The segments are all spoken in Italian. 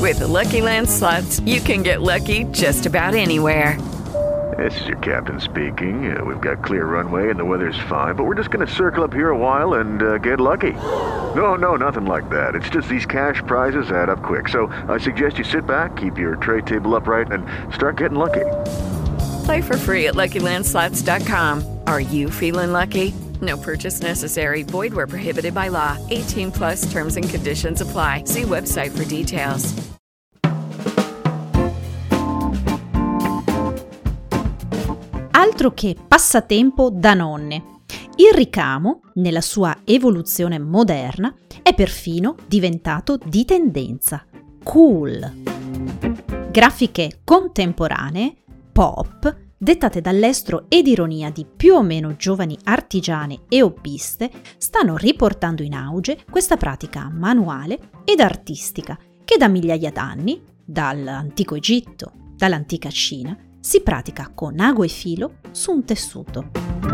With the Lucky Land Slots, you can get lucky just about anywhere. This is your captain speaking. We've got clear runway and the weather's fine, but we're just going to circle up here a while and get lucky. No, nothing like that. It's just these cash prizes add up quick. So I suggest you sit back, keep your tray table upright, and start getting lucky. Play for free at LuckyLandSlots.com. Are you feeling lucky? No purchase necessary. Void where prohibited by law. 18 plus terms and conditions apply. See website for details. Altro che passatempo da nonne. Il ricamo, nella sua evoluzione moderna, è perfino diventato di tendenza. Cool. Grafiche contemporanee, pop, dettate dall'estro ed ironia di più o meno giovani artigiane e hobbiste, stanno riportando in auge questa pratica manuale ed artistica che da migliaia d'anni, dall'antico Egitto, dall'antica Cina, si pratica con ago e filo su un tessuto.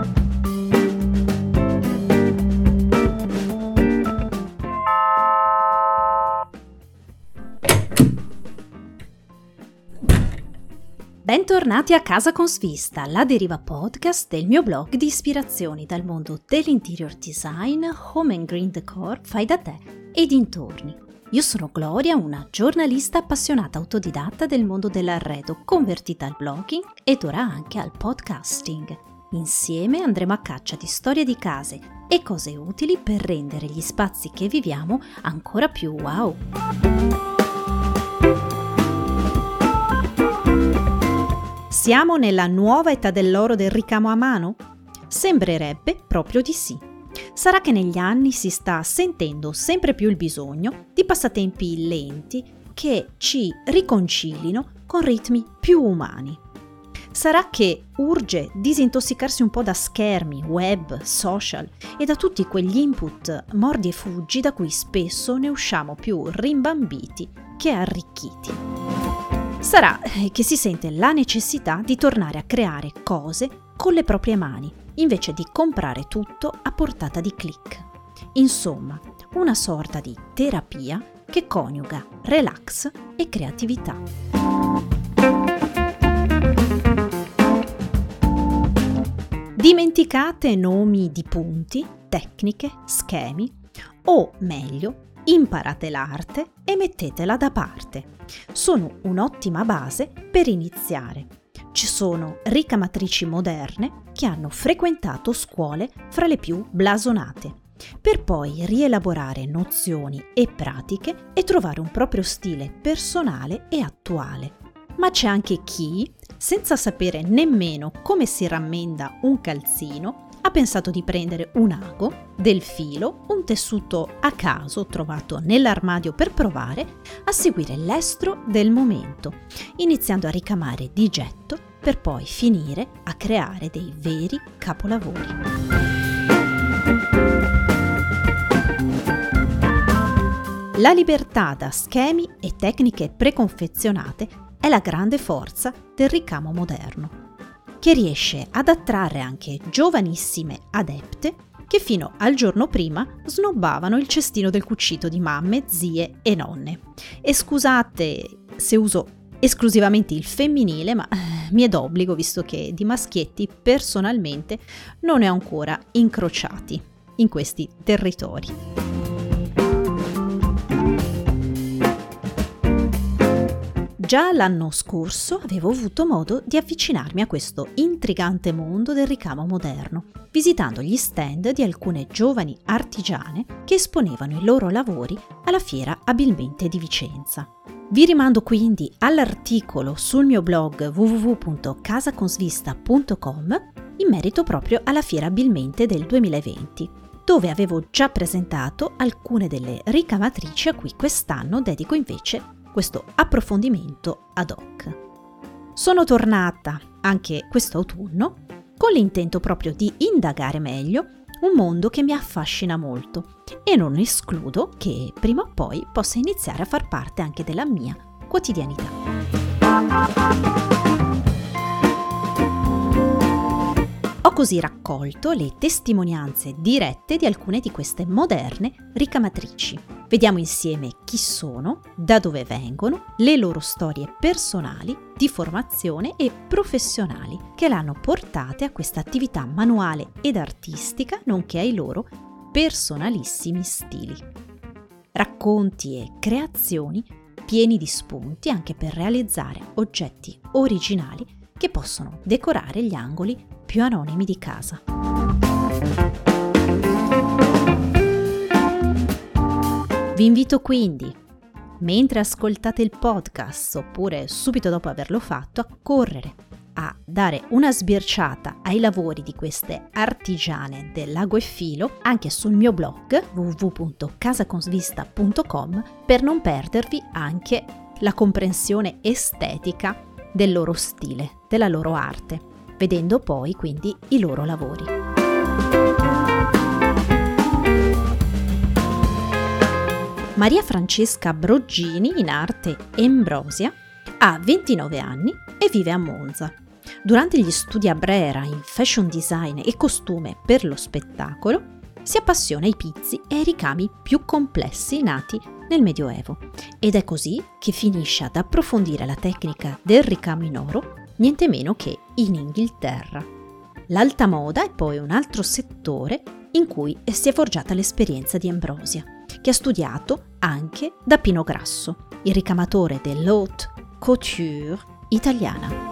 Bentornati a Casa con Svista, la deriva podcast del mio blog di ispirazioni dal mondo dell'interior design, home and green decor, fai da te e dintorni. Io sono Gloria, una giornalista appassionata autodidatta del mondo dell'arredo, convertita al blogging ed ora anche al podcasting. Insieme andremo a caccia di storie di case e cose utili per rendere gli spazi che viviamo ancora più wow. Siamo nella nuova età dell'oro del ricamo a mano? Sembrerebbe proprio di sì. Sarà che negli anni si sta sentendo sempre più il bisogno di passatempi lenti che ci riconcilino con ritmi più umani. Sarà che urge disintossicarsi un po' da schermi, web, social e da tutti quegli input mordi e fuggi da cui spesso ne usciamo più rimbambiti che arricchiti. Sarà che si sente la necessità di tornare a creare cose con le proprie mani, invece di comprare tutto a portata di click. Insomma, una sorta di terapia che coniuga relax e creatività. Dimenticate nomi di punti, tecniche, schemi, o meglio, imparate l'arte e mettetela da parte. Sono un'ottima base per iniziare. Ci sono ricamatrici moderne che hanno frequentato scuole fra le più blasonate, per poi rielaborare nozioni e pratiche e trovare un proprio stile personale e attuale. Ma c'è anche chi, senza sapere nemmeno come si rammenda un calzino, ha pensato di prendere un ago, del filo, un tessuto a caso trovato nell'armadio per provare a seguire l'estro del momento, iniziando a ricamare di getto per poi finire a creare dei veri capolavori. La libertà da schemi e tecniche preconfezionate è la grande forza del ricamo moderno, che riesce ad attrarre anche giovanissime adepte che fino al giorno prima snobbavano il cestino del cucito di mamme, zie e nonne. E scusate se uso esclusivamente il femminile, ma mi è d'obbligo visto che di maschietti personalmente non ne ho ancora incrociati in questi territori. Già l'anno scorso avevo avuto modo di avvicinarmi a questo intrigante mondo del ricamo moderno, visitando gli stand di alcune giovani artigiane che esponevano i loro lavori alla Fiera Abilmente di Vicenza. Vi rimando quindi all'articolo sul mio blog www.casaconsvista.com in merito proprio alla Fiera Abilmente del 2020, dove avevo già presentato alcune delle ricamatrici a cui quest'anno dedico invece questo approfondimento ad hoc. Sono tornata anche quest'autunno con l'intento proprio di indagare meglio un mondo che mi affascina molto e non escludo che prima o poi possa iniziare a far parte anche della mia quotidianità. Ho così raccolto le testimonianze dirette di alcune di queste moderne ricamatrici. Vediamo insieme chi sono, da dove vengono, le loro storie personali, di formazione e professionali che l'hanno portate a questa attività manuale ed artistica, nonché ai loro personalissimi stili. Racconti e creazioni pieni di spunti anche per realizzare oggetti originali che possono decorare gli angoli più anonimi di casa. Vi invito quindi, mentre ascoltate il podcast oppure subito dopo averlo fatto, a correre a dare una sbirciata ai lavori di queste artigiane dell'Ago e Filo anche sul mio blog www.casaconsvista.com per non perdervi anche la comprensione estetica del loro stile, della loro arte, vedendo poi quindi i loro lavori. Maria Francesca Broggini, in arte Embrosia, ha 29 anni e vive a Monza. Durante gli studi a Brera in fashion design e costume per lo spettacolo, si appassiona ai pizzi e ai ricami più complessi nati nel Medioevo, ed è così che finisce ad approfondire la tecnica del ricamo in oro, niente meno che in Inghilterra. L'alta moda è poi un altro settore in cui si è forgiata l'esperienza di Embrosia, che ha studiato anche da Pino Grasso, il ricamatore dell'haute couture italiana.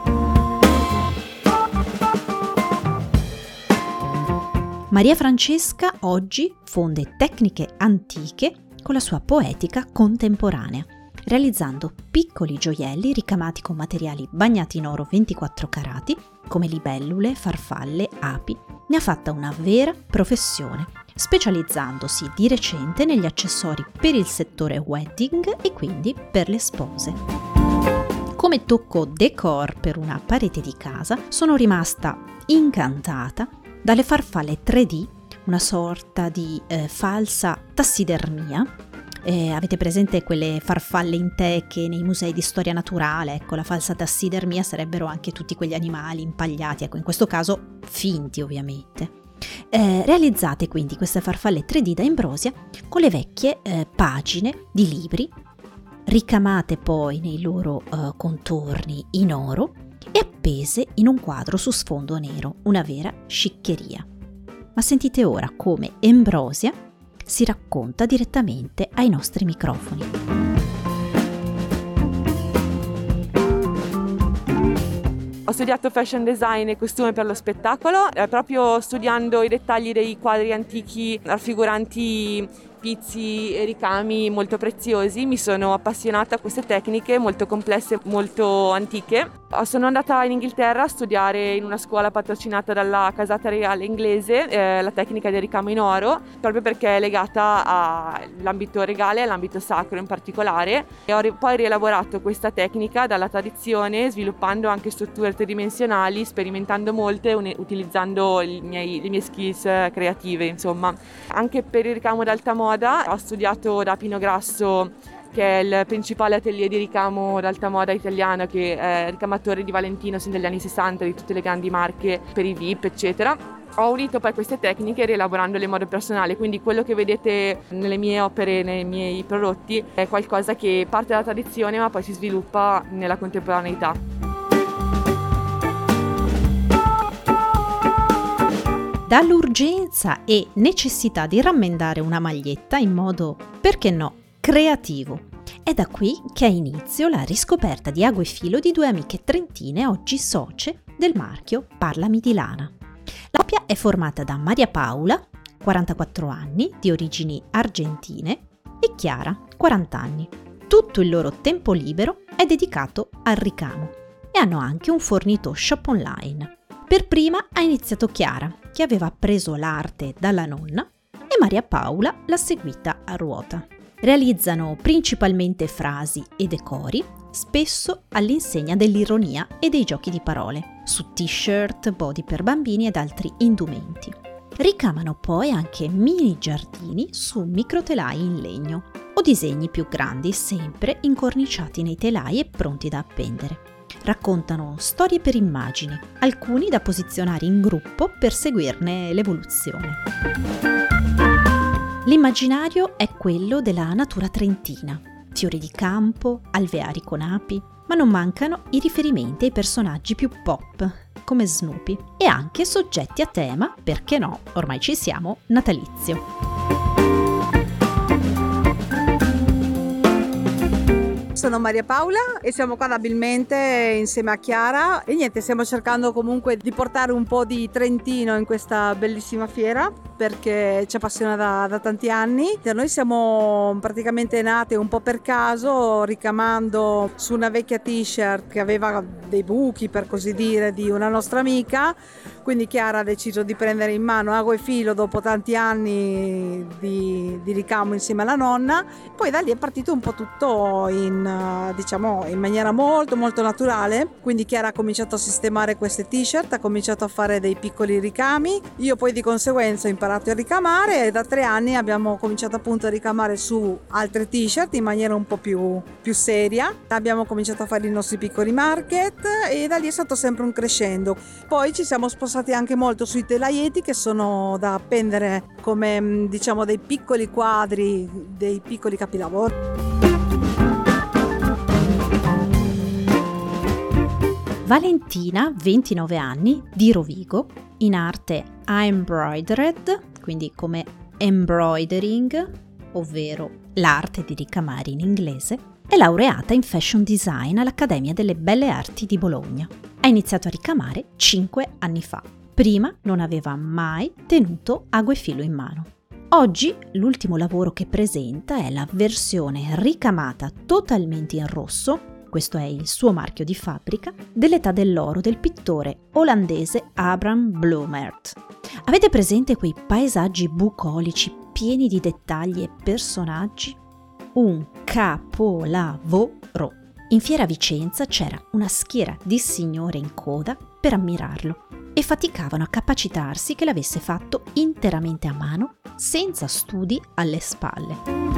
Maria Francesca oggi fonde tecniche antiche con la sua poetica contemporanea, realizzando piccoli gioielli ricamati con materiali bagnati in oro 24 carati, come libellule, farfalle, api. Ne ha fatta una vera professione, specializzandosi di recente negli accessori per il settore wedding e quindi per le spose. Come tocco decor per una parete di casa, sono rimasta incantata dalle farfalle 3D, una sorta di falsa tassidermia. Avete presente quelle farfalle in teche nei musei di storia naturale? Ecco, la falsa tassidermia sarebbero anche tutti quegli animali impagliati, ecco, in questo caso finti ovviamente. Realizzate quindi queste farfalle 3D da Embrosia con le vecchie pagine di libri, ricamate poi nei loro contorni in oro e appese in un quadro su sfondo nero, una vera sciccheria. Ma sentite ora come Embrosia si racconta direttamente ai nostri microfoni. Ho studiato fashion design e costume per lo spettacolo, proprio studiando i dettagli dei quadri antichi raffiguranti pizzi e ricami molto preziosi. Mi sono appassionata a queste tecniche molto complesse, molto antiche. Sono andata in Inghilterra a studiare in una scuola patrocinata dalla casata reale inglese la tecnica del ricamo in oro, proprio perché è legata all'ambito regale e all'ambito sacro in particolare, e ho poi rielaborato questa tecnica dalla tradizione, sviluppando anche strutture tridimensionali, sperimentando molte, utilizzando le mie skills creative, insomma. Anche per il ricamo d'alta moda ho studiato da Pino Grasso, che è il principale atelier di ricamo d'alta moda italiano, che è ricamatore di Valentino sin dagli anni 60, di tutte le grandi marche per i VIP, eccetera. Ho unito poi queste tecniche rielaborandole in modo personale, quindi quello che vedete nelle mie opere, nei miei prodotti, è qualcosa che parte dalla tradizione ma poi si sviluppa nella contemporaneità. Dall'urgenza e necessità di rammendare una maglietta in modo, perché no, creativo. È da qui che ha inizio la riscoperta di Ago e Filo di due amiche trentine oggi socie del marchio Parlami di Lana. La coppia è formata da Maria Paula, 44 anni, di origini argentine, e Chiara, 40 anni. Tutto il loro tempo libero è dedicato al ricamo e hanno anche un fornito shop online. Per prima ha iniziato Chiara, che aveva appreso l'arte dalla nonna, e Maria Paula l'ha seguita a ruota. Realizzano principalmente frasi e decori, spesso all'insegna dell'ironia e dei giochi di parole, su t-shirt, body per bambini ed altri indumenti. Ricamano poi anche mini giardini su microtelai in legno o disegni più grandi, sempre incorniciati nei telai e pronti da appendere. Raccontano storie per immagini, alcuni da posizionare in gruppo per seguirne l'evoluzione. L'immaginario è quello della natura trentina, fiori di campo, alveari con api, ma non mancano i riferimenti ai personaggi più pop, come Snoopy, e anche soggetti a tema, perché no, ormai ci siamo, natalizio. Sono Maria Paola e siamo qua abilmente insieme a Chiara e niente, stiamo cercando comunque di portare un po' di Trentino in questa bellissima fiera perché ci appassiona da tanti anni. Noi siamo praticamente nate un po' per caso, ricamando su una vecchia t-shirt che aveva dei buchi, per così dire, di una nostra amica. Quindi Chiara ha deciso di prendere in mano ago e filo dopo tanti anni di ricamo insieme alla nonna. Poi da lì è partito un po' tutto in maniera molto molto naturale. Quindi Chiara ha cominciato a sistemare queste t-shirt, ha cominciato a fare dei piccoli ricami. Io poi di conseguenza ho imparato a ricamare e da 3 anni abbiamo cominciato appunto a ricamare su altre t-shirt in maniera un po' più seria. Abbiamo cominciato a fare i nostri piccoli market e da lì è stato sempre un crescendo. Poi ci siamo spostati anche molto sui telaieti, che sono da appendere come dei piccoli quadri, dei piccoli capilavori. Valentina, 29 anni, di Rovigo, in arte embroidered, quindi come embroidering, ovvero l'arte di ricamare in inglese, è laureata in fashion design all'Accademia delle Belle Arti di Bologna. Ha iniziato a ricamare 5 anni fa. Prima non aveva mai tenuto ago e filo in mano. Oggi l'ultimo lavoro che presenta è la versione ricamata totalmente in rosso, questo è il suo marchio di fabbrica, dell'età dell'oro del pittore olandese Abraham Bloemaert. Avete presente quei paesaggi bucolici pieni di dettagli e personaggi? Un capolavoro! In Fiera Vicenza c'era una schiera di signore in coda per ammirarlo e faticavano a capacitarsi che l'avesse fatto interamente a mano, senza studi alle spalle.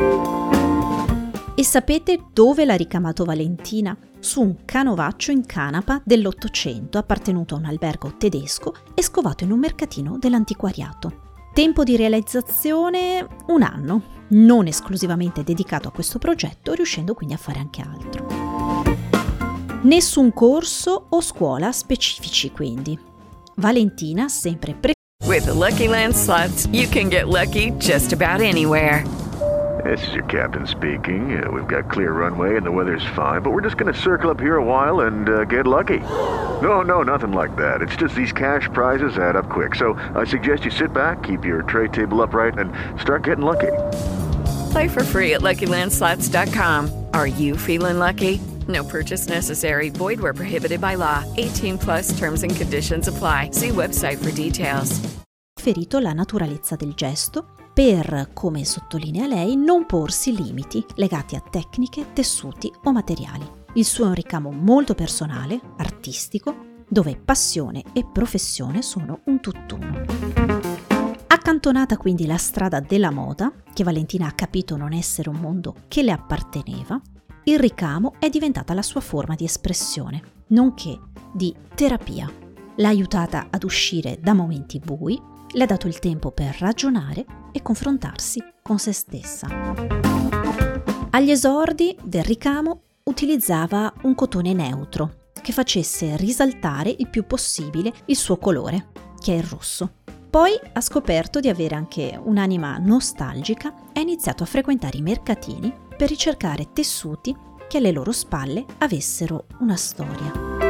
E sapete dove l'ha ricamato Valentina? Su un canovaccio in canapa dell'Ottocento appartenuto a un albergo tedesco e scovato in un mercatino dell'antiquariato. Tempo di realizzazione 1 anno, non esclusivamente dedicato a questo progetto, riuscendo quindi a fare anche altro. Nessun corso o scuola specifici quindi. Valentina sempre With the Lucky Land Slots, you can get lucky just about anywhere. This is your captain speaking. We've got clear runway and the weather's fine, but we're just going to circle up here a while and get lucky. No, nothing like that. It's just these cash prizes add up quick. So I suggest you sit back, keep your tray table upright, and start getting lucky. Play for free at LuckyLandSlots.com. Are you feeling lucky? No purchase necessary. Void where prohibited by law. 18 plus terms and conditions apply. See website for details. Preferito la naturalezza del gesto per, come sottolinea lei, non porsi limiti legati a tecniche, tessuti o materiali. Il suo è un ricamo molto personale, artistico, dove passione e professione sono un tutt'uno. Accantonata quindi la strada della moda, che Valentina ha capito non essere un mondo che le apparteneva, il ricamo è diventata la sua forma di espressione, nonché di terapia. L'ha aiutata ad uscire da momenti bui, le ha dato il tempo per ragionare e confrontarsi con se stessa. Agli esordi del ricamo utilizzava un cotone neutro che facesse risaltare il più possibile il suo colore, che è il rosso. Poi ha scoperto di avere anche un'anima nostalgica e ha iniziato a frequentare i mercatini per ricercare tessuti che alle loro spalle avessero una storia.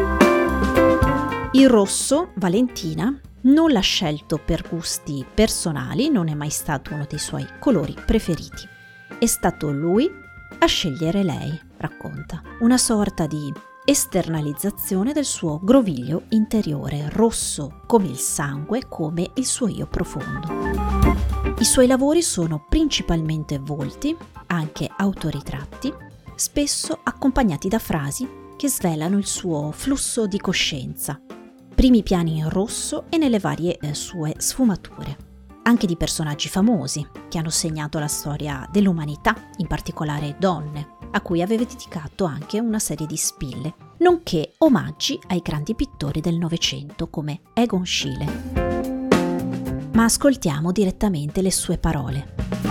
Il rosso, Valentina, non l'ha scelto per gusti personali, non è mai stato uno dei suoi colori preferiti. È stato lui a scegliere lei, racconta. Una sorta di esternalizzazione del suo groviglio interiore, rosso come il sangue, come il suo io profondo. I suoi lavori sono principalmente volti, anche autoritratti, spesso accompagnati da frasi che svelano il suo flusso di coscienza. Primi piani in rosso e nelle varie sue sfumature. Anche di personaggi famosi che hanno segnato la storia dell'umanità, in particolare donne, a cui aveva dedicato anche una serie di spille nonché omaggi ai grandi pittori del Novecento come Egon Schiele. Ma ascoltiamo direttamente le sue parole.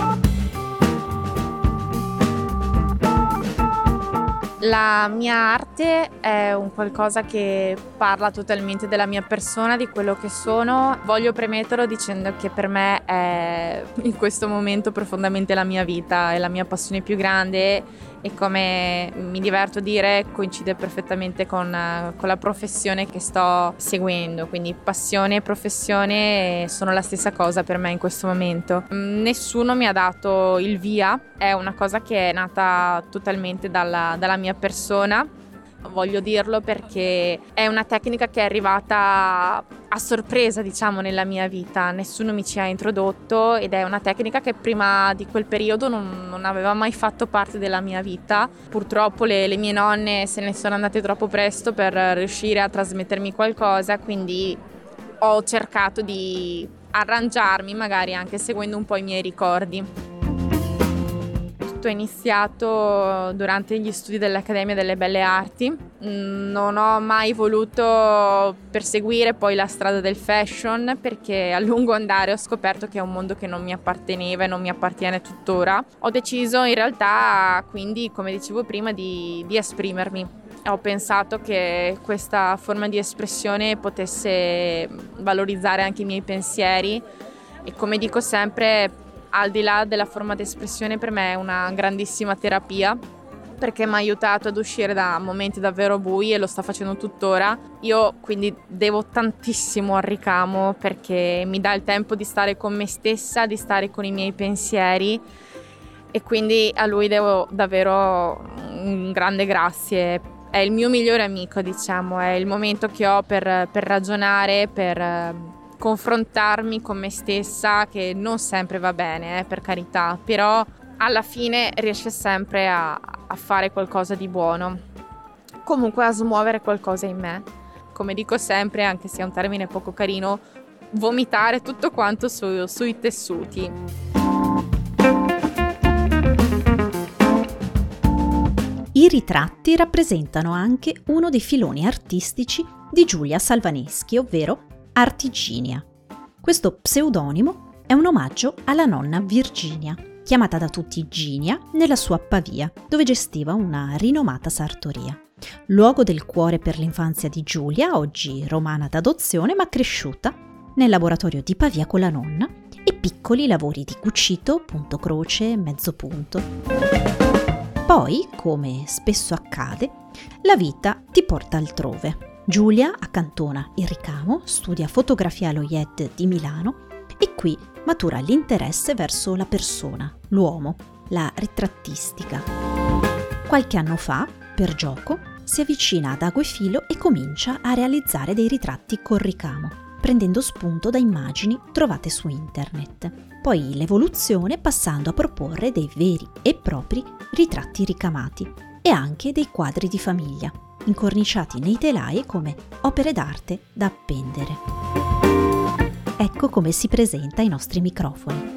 La mia arte è un qualcosa che parla totalmente della mia persona, di quello che sono. Voglio premetterlo dicendo che per me è in questo momento profondamente la mia vita, è la mia passione più grande e, come mi diverto a dire, coincide perfettamente con la professione che sto seguendo. Quindi passione e professione sono la stessa cosa per me in questo momento. Nessuno mi ha dato il via, è una cosa che è nata totalmente dalla mia persona. Voglio dirlo perché è una tecnica che è arrivata a sorpresa, diciamo, nella mia vita. Nessuno mi ci ha introdotto ed è una tecnica che prima di quel periodo non aveva mai fatto parte della mia vita. Purtroppo le mie nonne se ne sono andate troppo presto per riuscire a trasmettermi qualcosa, quindi ho cercato di arrangiarmi, magari anche seguendo un po' i miei ricordi. È iniziato durante gli studi dell'Accademia delle Belle Arti. Non ho mai voluto perseguire poi la strada del fashion perché a lungo andare ho scoperto che è un mondo che non mi apparteneva e non mi appartiene tuttora. Ho deciso in realtà, quindi, come dicevo prima, di esprimermi. Ho pensato che questa forma di espressione potesse valorizzare anche i miei pensieri e, come dico sempre, al di là della forma di espressione, per me è una grandissima terapia perché mi ha aiutato ad uscire da momenti davvero bui e lo sta facendo tuttora. Io quindi devo tantissimo al ricamo perché mi dà il tempo di stare con me stessa, di stare con i miei pensieri, e quindi a lui devo davvero un grande grazie. È il mio migliore amico, diciamo, è il momento che ho per ragionare, per confrontarmi con me stessa, che non sempre va bene, per carità, però alla fine riesce sempre a fare qualcosa di buono, comunque a smuovere qualcosa in me. Come dico sempre, anche se è un termine poco carino, vomitare tutto quanto sui tessuti. I ritratti rappresentano anche uno dei filoni artistici di Giulia Salvaneschi, ovvero Artiginia. Questo pseudonimo è un omaggio alla nonna Virginia, chiamata da tutti Ginia, nella sua Pavia, dove gestiva una rinomata sartoria. Luogo del cuore per l'infanzia di Giulia, oggi romana d'adozione ma cresciuta nel laboratorio di Pavia con la nonna, e piccoli lavori di cucito, punto croce, mezzo punto. Poi, come spesso accade, la vita ti porta altrove. Giulia accantona il ricamo, studia fotografia allo IED di Milano e qui matura l'interesse verso la persona, l'uomo, la ritrattistica. Qualche anno fa, per gioco, si avvicina ad Ago e Filo e comincia a realizzare dei ritratti col ricamo, prendendo spunto da immagini trovate su internet. Poi l'evoluzione passando a proporre dei veri e propri ritratti ricamati e anche dei quadri di famiglia, incorniciati nei telai come opere d'arte da appendere. Ecco come si presenta ai nostri microfoni.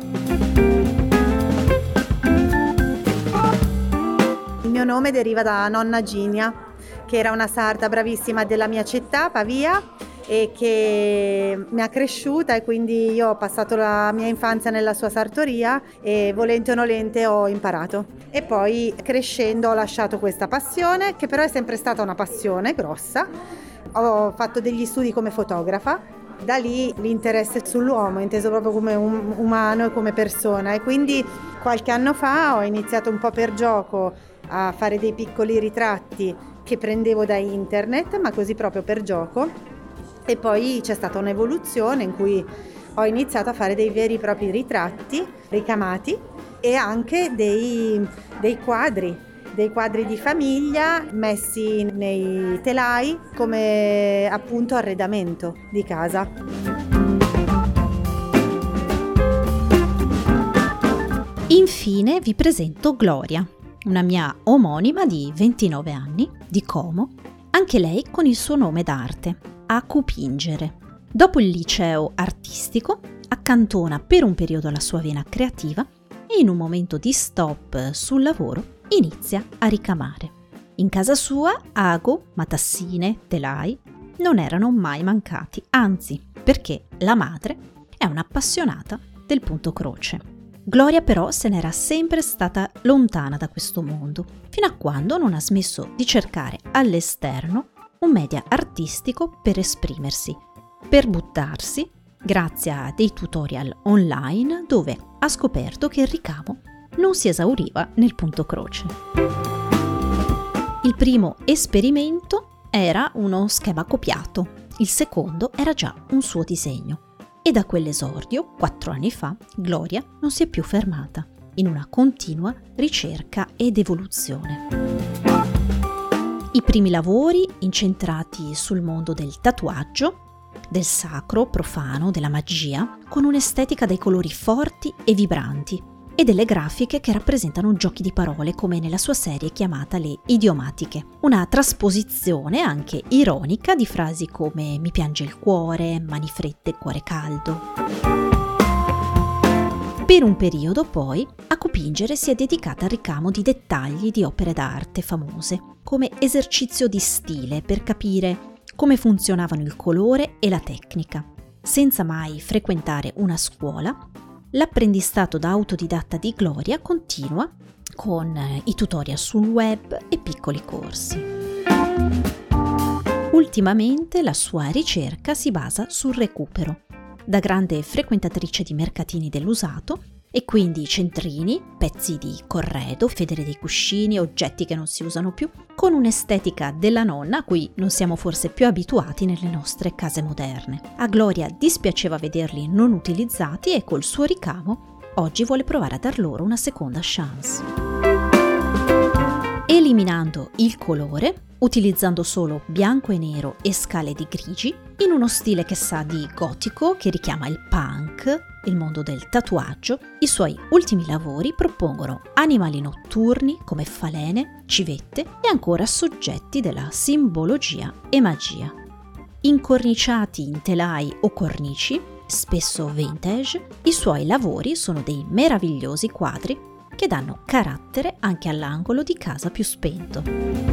Il mio nome deriva da nonna Ginia, che era una sarda bravissima della mia città, Pavia, e che mi ha cresciuta, e quindi io ho passato la mia infanzia nella sua sartoria e volente o nolente ho imparato. E poi crescendo ho lasciato questa passione, che però è sempre stata una passione grossa. Ho fatto degli studi come fotografa, da lì l'interesse sull'uomo, inteso proprio come un umano e come persona, e quindi qualche anno fa ho iniziato un po' per gioco a fare dei piccoli ritratti che prendevo da internet, ma così proprio per gioco. E poi c'è stata un'evoluzione in cui ho iniziato a fare dei veri e propri ritratti ricamati e anche dei quadri di famiglia messi nei telai come appunto arredamento di casa. Infine vi presento Gloria, una mia omonima di 29 anni, di Como, anche lei con il suo nome d'arte, Acupingere. Dopo il liceo artistico accantona per un periodo la sua vena creativa e in un momento di stop sul lavoro inizia a ricamare. In casa sua ago, matassine, telai non erano mai mancati, anzi, perché la madre è un'appassionata del punto croce. Gloria però se n'era sempre stata lontana da questo mondo, fino a quando non ha smesso di cercare all'esterno un media artistico per esprimersi, per buttarsi grazie a dei tutorial online dove ha scoperto che il ricamo non si esauriva nel punto croce. Il primo esperimento era uno schema copiato, il secondo era già un suo disegno e da quell'esordio, 4 anni fa, Gloria non si è più fermata, in una continua ricerca ed evoluzione. I primi lavori incentrati sul mondo del tatuaggio, del sacro, profano, della magia, con un'estetica dai colori forti e vibranti e delle grafiche che rappresentano giochi di parole come nella sua serie chiamata Le Idiomatiche, una trasposizione anche ironica di frasi come mi piange il cuore, mani fredde, cuore caldo. Per un periodo poi a Copingere si è dedicata al ricamo di dettagli di opere d'arte famose, come esercizio di stile per capire come funzionavano il colore e la tecnica. Senza mai frequentare una scuola, l'apprendistato da autodidatta di Gloria continua con i tutorial sul web e piccoli corsi. Ultimamente la sua ricerca si basa sul recupero. Da grande frequentatrice di mercatini dell'usato, e quindi centrini, pezzi di corredo, federe dei cuscini, oggetti che non si usano più, con un'estetica della nonna a cui non siamo forse più abituati nelle nostre case moderne. A Gloria dispiaceva vederli non utilizzati e col suo ricamo oggi vuole provare a dar loro una seconda chance. Eliminando il colore, utilizzando solo bianco e nero e scale di grigi, in uno stile che sa di gotico, che richiama il punk, il mondo del tatuaggio, i suoi ultimi lavori propongono animali notturni come falene, civette e ancora soggetti della simbologia e magia. Incorniciati in telai o cornici, spesso vintage, i suoi lavori sono dei meravigliosi quadri che danno carattere anche all'angolo di casa più spento.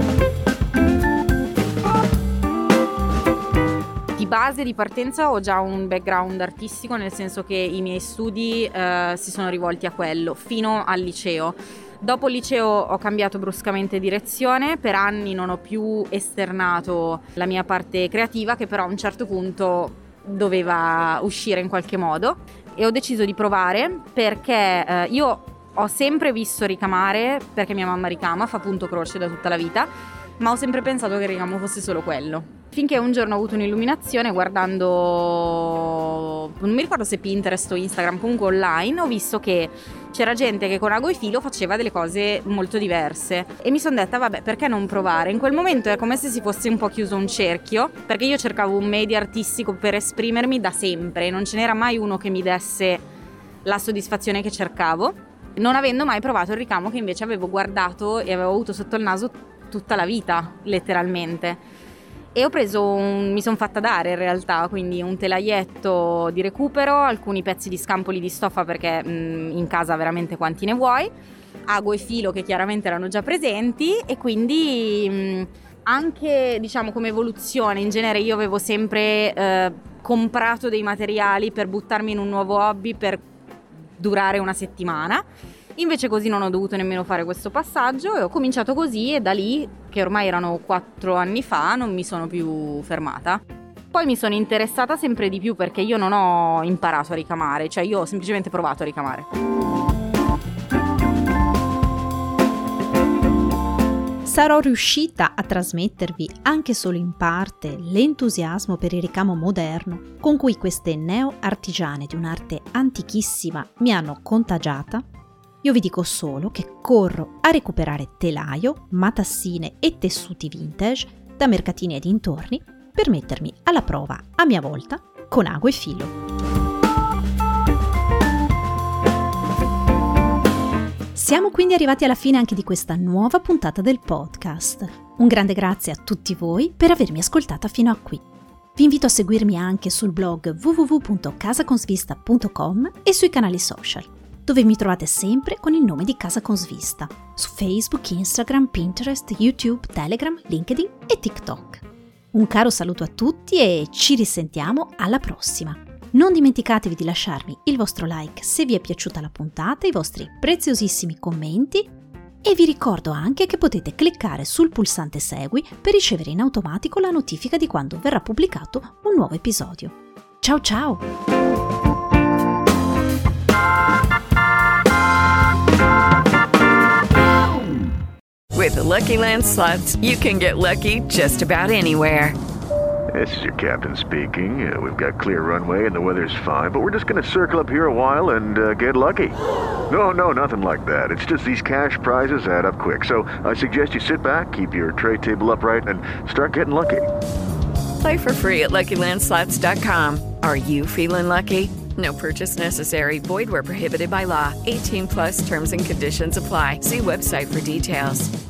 Di base, di partenza, ho già un background artistico, nel senso che i miei studi si sono rivolti a quello, fino al liceo. Dopo il liceo ho cambiato bruscamente direzione, per anni non ho più esternato la mia parte creativa, che però a un certo punto doveva uscire in qualche modo, e ho deciso di provare perché io ho sempre visto ricamare, perché mia mamma ricama, fa punto croce da tutta la vita, ma ho sempre pensato che il ricamo fosse solo quello. Finché un giorno ho avuto un'illuminazione guardando, non mi ricordo se Pinterest o Instagram, comunque online, ho visto che c'era gente che con ago e filo faceva delle cose molto diverse e mi sono detta vabbè, perché non provare? In quel momento è come se si fosse un po' chiuso un cerchio, perché io cercavo un media artistico per esprimermi da sempre, non ce n'era mai uno che mi desse la soddisfazione che cercavo, non avendo mai provato il ricamo che invece avevo guardato e avevo avuto sotto il naso tutta la vita, letteralmente. E ho preso mi sono fatta dare in realtà, quindi un telaietto di recupero, alcuni pezzi di scampoli di stoffa perché in casa veramente quanti ne vuoi, ago e filo che chiaramente erano già presenti, e quindi anche diciamo come evoluzione in genere io avevo sempre comprato dei materiali per buttarmi in un nuovo hobby per durare una settimana. Invece così non ho dovuto nemmeno fare questo passaggio e ho cominciato così, e da lì, che ormai erano 4 anni fa, non mi sono più fermata. Poi mi sono interessata sempre di più perché io non ho imparato a ricamare, cioè io ho semplicemente provato a ricamare. Sarò riuscita a trasmettervi anche solo in parte l'entusiasmo per il ricamo moderno con cui queste neo-artigiane di un'arte antichissima mi hanno contagiata? Io vi dico solo che corro a recuperare telaio, matassine e tessuti vintage da mercatini e dintorni per mettermi alla prova a mia volta con ago e filo. Siamo quindi arrivati alla fine anche di questa nuova puntata del podcast. Un grande grazie a tutti voi per avermi ascoltata fino a qui. Vi invito a seguirmi anche sul blog www.casaconsvista.com e sui canali social. dove mi trovate sempre con il nome di Casa con Svista, su Facebook, Instagram, Pinterest, YouTube, Telegram, LinkedIn e TikTok. Un caro saluto a tutti e ci risentiamo alla prossima. Non dimenticatevi di lasciarmi il vostro like se vi è piaciuta la puntata, i vostri preziosissimi commenti e vi ricordo anche che potete cliccare sul pulsante Segui per ricevere in automatico la notifica di quando verrà pubblicato un nuovo episodio. Ciao ciao! With the Lucky Land Slots, you can get lucky just about anywhere. This is your captain speaking. We've got clear runway and the weather's fine, but we're just going to circle up here a while and get lucky. No, nothing like that. It's just these cash prizes add up quick. So I suggest you sit back, keep your tray table upright, and start getting lucky. Play for free at LuckyLandSlots.com. Are you feeling lucky? No purchase necessary. Void where prohibited by law. 18+ terms and conditions apply. See website for details.